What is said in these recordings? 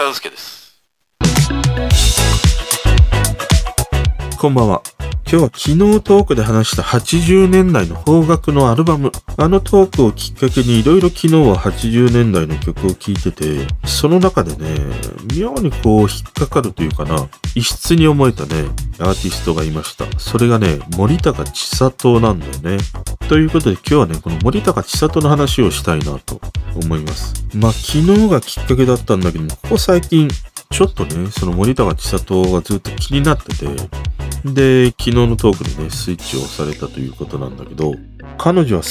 大輔です。 こんばんは。今日は昨日トークで話した80年代の邦楽のアルバム、あのトークをきっかけにいろいろ昨日は80年代の曲を聴いてて、その中でね、妙にこう引っかかるというかな、異質に思えたね、アーティストがいました。それがね、森高千里なんだよね。ということで今日はね、この森高千里の話をしたいなと思います。昨日がきっかけだったんだけども、ここ最近、ちょっとね、その森高千里がずっと気になってて、で、昨日のトークでね、スイッチを押されたということなんだけど、彼女は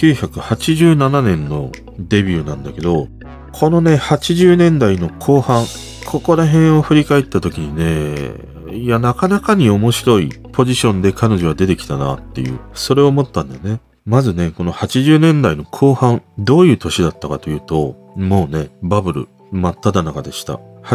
1987年のデビューなんだけど、このね、80年代の後半、ここら辺を振り返った時にね、いや、なかなかに面白いポジションで彼女は出てきたなっていう、それを思ったんだよね。まずね、この80年代の後半、どういう年だったかというと、もうね、バブル真っ只中でした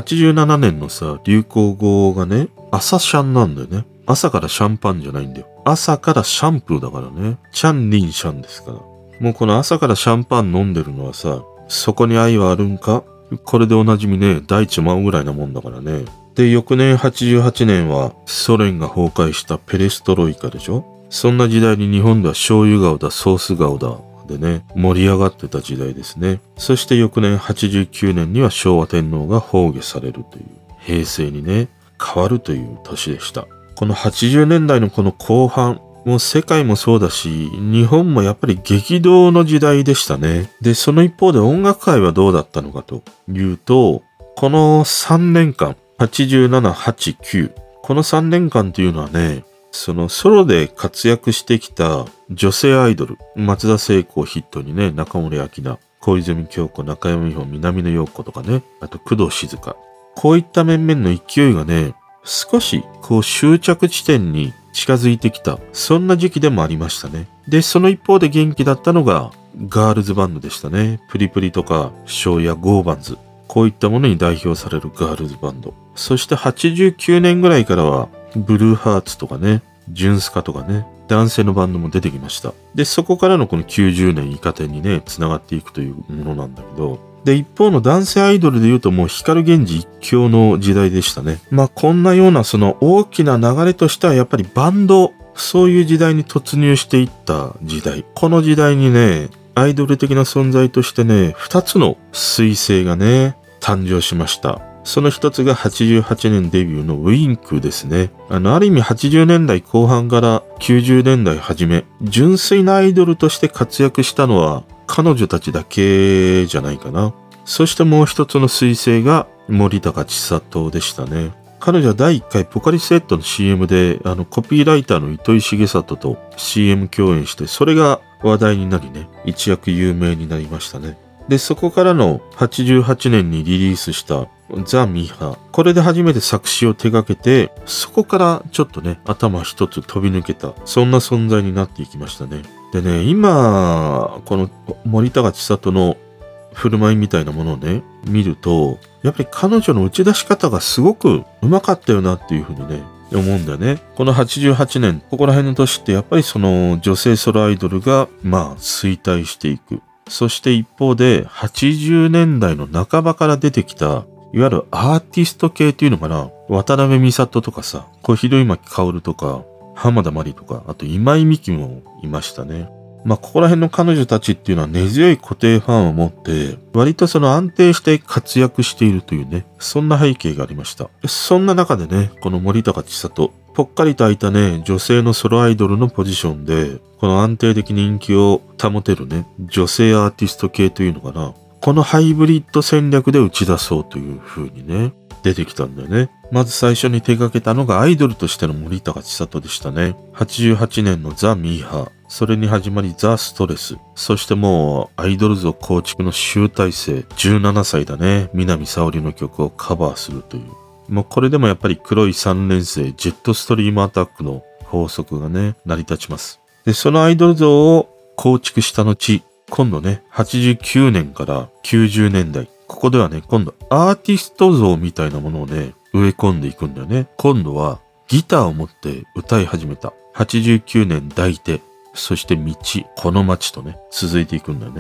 。87年のさ、流行語がね、朝シャンなんだよね。朝からシャンパンじゃないんだよ。朝からシャンプーだからね。チャンリンシャンですから。もうこの朝からシャンパン飲んでるのはさ、そこに愛はあるんか？これでおなじみね、大地舞うぐらいなもんだからね。で、翌年88年はソ連が崩壊したペレストロイカでしょ？そんな時代に日本では醤油顔だ、ソース顔だ。でね、盛り上がってた時代ですね。そして翌年89年には昭和天皇が崩御されるという、平成にね、変わるという年でした。この80年代のこの後半、もう世界もそうだし、日本もやっぱり激動の時代でしたね。で、その一方で音楽界はどうだったのかというと、この3年間、87、8、9、この3年間というのはね、そのソロで活躍してきた女性アイドル、松田聖子を筆頭にね、中森明菜、小泉京子、中山美穂、南野陽子とかね、あと工藤静香。こういった面々の勢いがね、少しこう終着地点に近づいてきた、そんな時期でもありましたね。で、その一方で元気だったのがガールズバンドでしたね。プリプリとかシやゴーバンズ。こういったものに代表されるガールズバンド。そして89年ぐらいからはブルーハーツとかね、ジュンスカとかね、男性のバンドも出てきました。で、そこからのこの90年以下点にね、繋がっていくというものなんだけど、で、一方の男性アイドルで言うともう光源氏一強の時代でしたね。こんなようなその大きな流れとしてはやっぱりバンド、そういう時代に突入していった時代。この時代にね、アイドル的な存在としてね、2つの彗星がね、誕生しました。その一つが88年デビューのウィンクですね。ある意味80年代後半から90年代初め、純粋なアイドルとして活躍したのは彼女たちだけじゃないかな。そしてもう一つの彗星が森高千里でしたね。彼女は第1回ポカリスエットの CM でコピーライターの糸井重里と CM 共演して、それが話題になりね、一躍有名になりましたね。で、そこからの88年にリリースしたザ・ミーハー。これで初めて作詞を手掛けて、そこからちょっとね、頭一つ飛び抜けた、そんな存在になっていきましたね。でね、今、この森高千里の振る舞いみたいなものをね、見ると、やっぱり彼女の打ち出し方がすごくうまかったよなっていうふうにね、思うんだよね。この88年、ここら辺の年ってやっぱりその女性ソロアイドルが、衰退していく。そして一方で80年代の半ばから出てきたいわゆるアーティスト系っていうのかな、渡辺美里とかさ、小比類巻薫とか浜田真理とか、あと今井美樹もいましたね。ここら辺の彼女たちっていうのは根強い固定ファンを持って割とその安定して活躍しているというね、そんな背景がありました。そんな中でね、この森高千里、ぽっかりと空いたね、女性のソロアイドルのポジションで、この安定的人気を保てるね、女性アーティスト系というのかな。このハイブリッド戦略で打ち出そうという風にね、出てきたんだよね。まず最初に手掛けたのがアイドルとしての森高千里でしたね。88年のザ・ミーハー。それに始まりザ・ストレス。そしてもうアイドル像構築の集大成。17歳だね。南沙織の曲をカバーするという。もうこれでもやっぱり黒い3連星ジェットストリームアタックの法則がね、成り立ちます。で、そのアイドル像を構築した後、今度ね、89年から90年代。ここではね、今度アーティスト像みたいなものをね、植え込んでいくんだよね。今度はギターを持って歌い始めた。89年抱いて、そして道、この街とね、続いていくんだよね。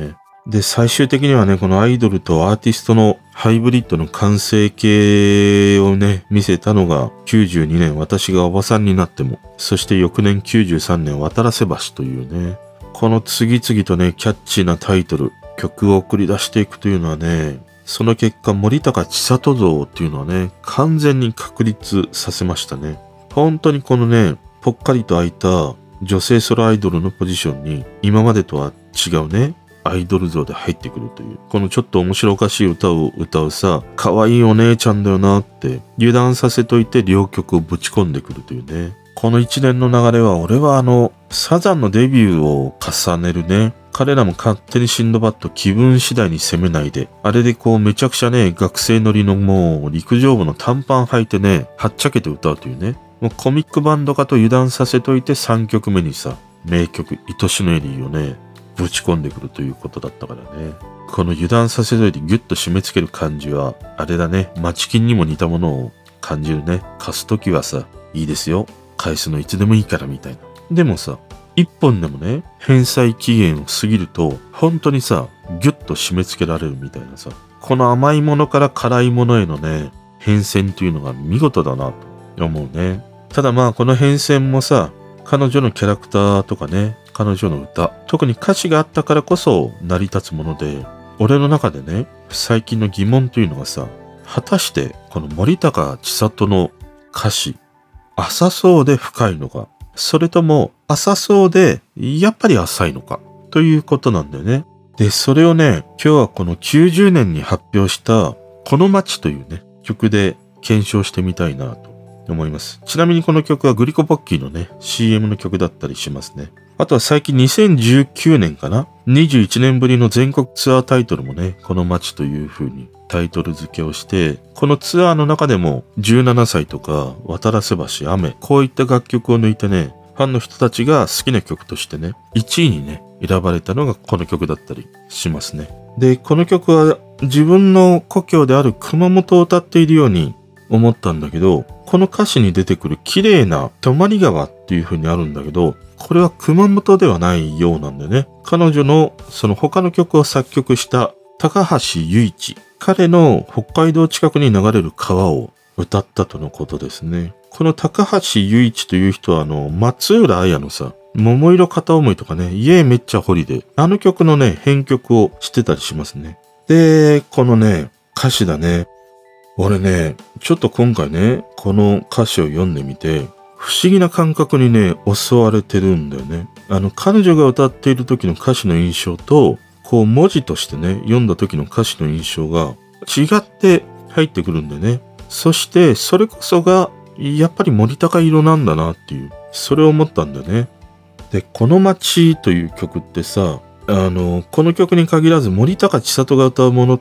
で、最終的にはね、このアイドルとアーティストのハイブリッドの完成形をね、見せたのが92年私がおばさんになっても、そして翌年93年渡良瀬橋というね、この次々とね、キャッチーなタイトル、曲を送り出していくというのはね、その結果森高千里像っていうのはね、完全に確立させましたね。本当にこのね、ぽっかりと空いた女性ソロアイドルのポジションに今までとは違うね、アイドル像で入ってくるという。このちょっと面白おかしい歌を歌うさ、可愛いお姉ちゃんだよなって油断させといて両曲をぶち込んでくるというね。この一連の流れは俺はサザンのデビューを重ねるね。彼らも勝手にシンドバッド気分次第に攻めないで、あれでこうめちゃくちゃね、学生乗りのもう陸上部の短パン履いてね、はっちゃけて歌うというね。もうコミックバンドかと油断させといて3曲目にさ、名曲、愛しのエリーをね、ぶち込んでくるということだったからね。この油断させといてギュッと締め付ける感じは、あれだね、マチキンにも似たものを感じるね。貸すときはさ、いいですよ。返すのいつでもいいからみたいな。でもさ、一本でもね、返済期限を過ぎると、本当にさ、ギュッと締め付けられるみたいなさ、この甘いものから辛いものへのね、変遷というのが見事だなと思うね。ただまあ、この変遷もさ、彼女のキャラクターとかね、彼女の歌、特に歌詞があったからこそ成り立つもので、俺の中でね、最近の疑問というのがさ、果たしてこの森高千里の歌詞、浅そうで深いのか、それとも浅そうでやっぱり浅いのかということなんだよね。で、それをね、今日はこの90年に発表したこの街というね、曲で検証してみたいなと思います。ちなみにこの曲はグリコポッキーのね、CM の曲だったりしますね。あとは最近2019年かな ?21 年ぶりの全国ツアータイトルもね、この街という風にタイトル付けをして、このツアーの中でも17歳とか渡良瀬橋、雨、こういった楽曲を抜いてね、ファンの人たちが好きな曲としてね、1位にね、選ばれたのがこの曲だったりしますね。で、この曲は自分の故郷である熊本を歌っているように思ったんだけど、この歌詞に出てくる綺麗な泊川っていう風にあるんだけど、これは熊本ではないようなんだよね。彼女のその他の曲を作曲した高橋由一、彼の北海道近くに流れる川を歌ったとのことですね。この高橋由一という人は松浦綾のさ、桃色片思いとかね、家めっちゃホリで、あの曲のね、編曲をしてたりしますね。で、このね、歌詞だね。俺ね、ちょっと今回ね、この歌詞を読んでみて、不思議な感覚にね、襲われてるんだよね。彼女が歌っている時の歌詞の印象と、こう文字としてね、読んだ時の歌詞の印象が違って入ってくるんだよね。そして、それこそが、やっぱり森高色なんだなっていう、それを思ったんだよね。で、この街という曲ってさ、この曲に限らず森高千里が歌うものって、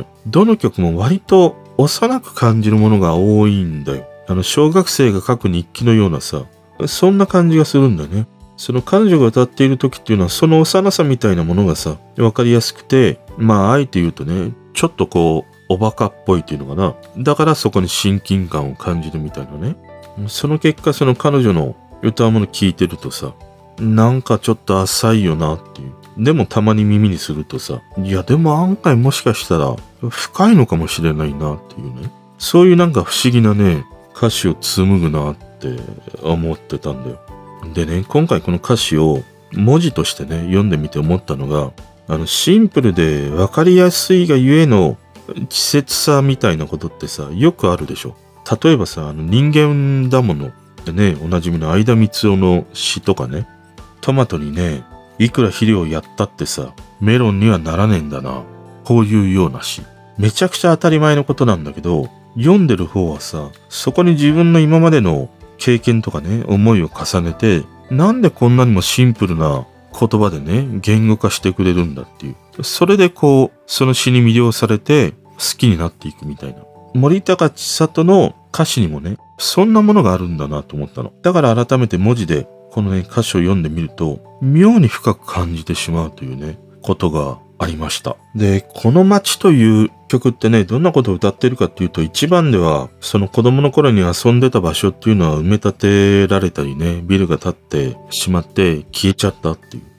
どの曲も割と幼く感じるものが多いんだよ。小学生が書く日記のようなさ、そんな感じがするんだよね。その彼女が歌っている時っていうのは、その幼さみたいなものがさ、わかりやすくて、まあ、あえて言うとね、ちょっとこう、おバカっぽいっていうのかな。だからそこに親近感を感じるみたいなね。その結果、その彼女の歌うもの聞いてるとさ、なんかちょっと浅いよなっていう。でもたまに耳にするとさ、いやでも案外もしかしたら深いのかもしれないなっていうね。そういうなんか不思議なね、歌詞を紡ぐなって思ってたんだよ。でね、今回この歌詞を文字としてね、読んでみて思ったのが、シンプルで分かりやすいがゆえの稚拙さみたいなことってさ、よくあるでしょ。例えばさ、人間だものでね、おなじみの相田光雄の詩とかね、トマトにね、いくら肥料やったってさ、メロンにはならねえんだな。こういうような詩。めちゃくちゃ当たり前のことなんだけど、読んでる方はさ、そこに自分の今までの経験とかね、思いを重ねて、なんでこんなにもシンプルな言葉でね、言語化してくれるんだっていう。それでこう、その詩に魅了されて、好きになっていくみたいな。森高千里の歌詞にもね、そんなものがあるんだなと思ったの。だから改めて文字で、このね、歌詞を読んでみると、妙に深く感じてしまうというね、ことがありました。で、この街という曲ってね、どんなことを歌ってるかっていうと、一番では、その子供の頃に遊んでた場所っていうのは埋め立てられたりね、ビルが建ってしまって消えちゃったっていう。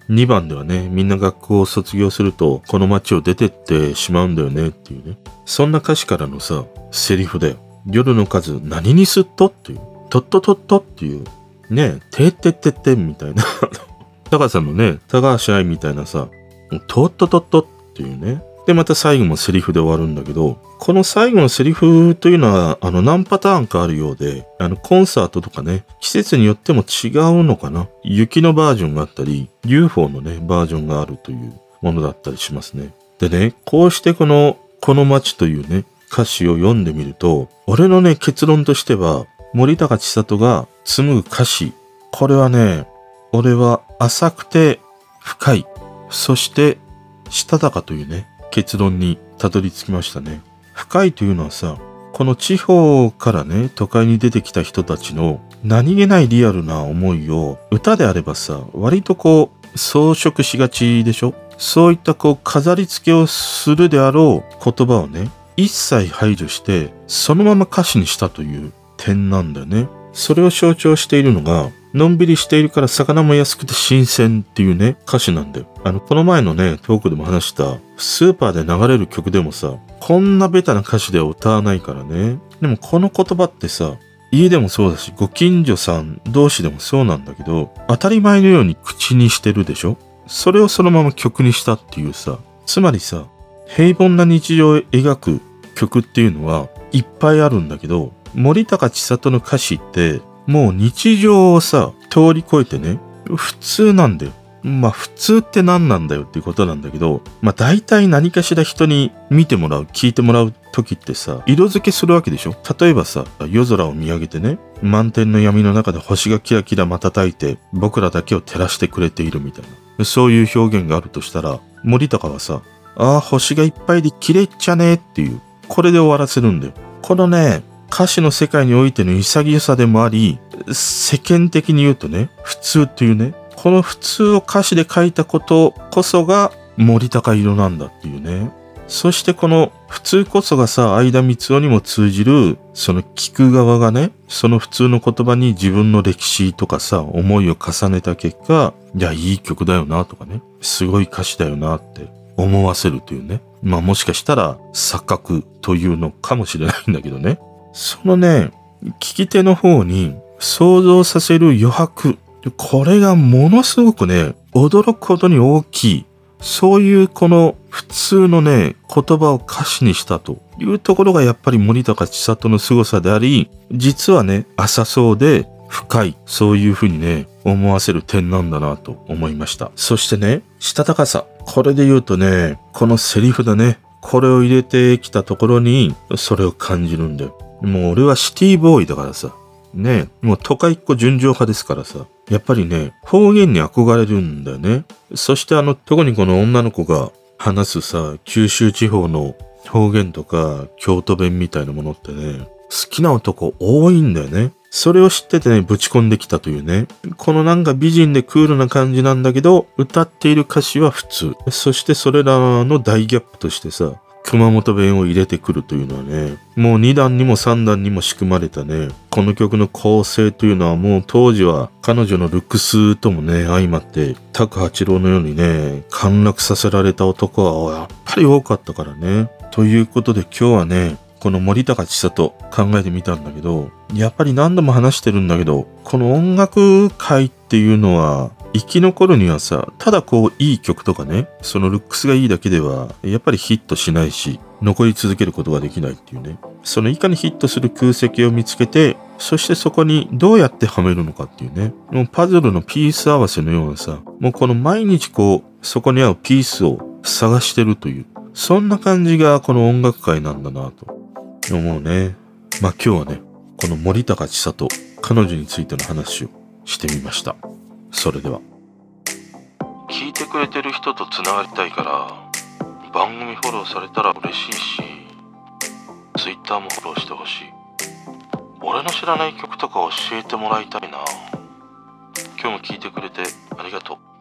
2番ではね、みんな学校を卒業すると、この街を出てってしまうんだよねっていうね。そんな歌詞からのさ、セリフで、夜の数何にすっとっていう、とっととっとっていう、ね、てってってってみたいな。高さんのね、高橋愛みたいなさ、とっととっとっていうね。で、また最後もセリフで終わるんだけど、この最後のセリフというのは、何パターンかあるようで、コンサートとかね、季節によっても違うのかな。雪のバージョンがあったり、UFO のね、バージョンがあるというものだったりしますね。でね、こうしてこの街というね、歌詞を読んでみると、俺のね、結論としては、森高千里が紡ぐ歌詞、これはね、俺は浅くて深い、そしてしたたかというね、結論にたどり着きましたね。深いというのはさ、この地方からね、都会に出てきた人たちの何気ないリアルな思いを歌であればさ、割とこう装飾しがちでしょ。そういったこう飾り付けをするであろう言葉をね、一切排除してそのまま歌詞にしたという点なんだよね。それを象徴しているのが、のんびりしているから魚も安くて新鮮っていうね、歌詞なんだよ。この前のね、トークでも話したスーパーで流れる曲でもさ、こんなベタな歌詞では歌わないからね。でもこの言葉ってさ、家でもそうだし、ご近所さん同士でもそうなんだけど、当たり前のように口にしてるでしょ。それをそのまま曲にしたっていうさ、つまりさ、平凡な日常を描く曲っていうのはいっぱいあるんだけど、森高千里の歌詞ってもう日常をさ通り越えてね、普通なんだよ。まあ普通って何なんだよっていうことなんだけど、まあ大体何かしら人に見てもらう、聞いてもらう時ってさ、色付けするわけでしょ。例えばさ、夜空を見上げてね、満天の闇の中で星がキラキラ瞬いて僕らだけを照らしてくれているみたいな、そういう表現があるとしたら、森高はさ、ああ星がいっぱいで綺麗っちゃねっていう、これで終わらせるんだよ。このね、歌詞の世界においての潔さでもあり、世間的に言うとね、普通っていうね、この普通を歌詞で書いたことこそが森高色なんだっていうね。そしてこの普通こそがさ、相田光雄にも通じる、その聞く側がね、その普通の言葉に自分の歴史とかさ、思いを重ねた結果、いや、いい曲だよなとかね、すごい歌詞だよなって思わせるというね。まあもしかしたら錯覚というのかもしれないんだけどね。そのね、聞き手の方に想像させる余白、これがものすごくね、驚くほどに大きい。そういうこの普通のね、言葉を歌詞にしたというところがやっぱり森高千里の凄さであり、実はね、浅そうで深い、そういうふうにね、思わせる点なんだなと思いました。そしてね、したたかさ。これで言うとね、このセリフだね。これを入れてきたところに、それを感じるんだよ。もう俺はシティボーイだからさ。ね、もう都会っ子純情派ですからさ。やっぱりね、方言に憧れるんだよね。そして特にこの女の子が話すさ、九州地方の方言とか京都弁みたいなものってね、好きな男多いんだよね。それを知っててね、ぶち込んできたというね。このなんか美人でクールな感じなんだけど、歌っている歌詞は普通。そしてそれらの大ギャップとしてさ、熊本弁を入れてくるというのはね、もう2段にも3段にも仕組まれたね、この曲の構成というのはもう当時は彼女のルックスともね、相まって、拓八郎のようにね、陥落させられた男はやっぱり多かったからね。ということで今日はね、この森高千里考えてみたんだけど、やっぱり何度も話してるんだけど、この音楽界っていうのは、生き残るにはさ、ただこういい曲とかね、そのルックスがいいだけではやっぱりヒットしないし、残り続けることができないっていうね。そのいかにヒットする空席を見つけて、そしてそこにどうやってはめるのかっていうね。もうパズルのピース合わせのようなさ、もうこの毎日こうそこに合うピースを探してるという、そんな感じがこの音楽界なんだなと思うね。まあ今日はね、この森高千里、彼女についての話をしてみました。それでは。聞いてくれてる人とつながりたいから番組フォローされたら嬉しいし、 Twitter もフォローしてほしい。俺の知らない曲とか教えてもらいたいな。今日も聞いてくれてありがとう。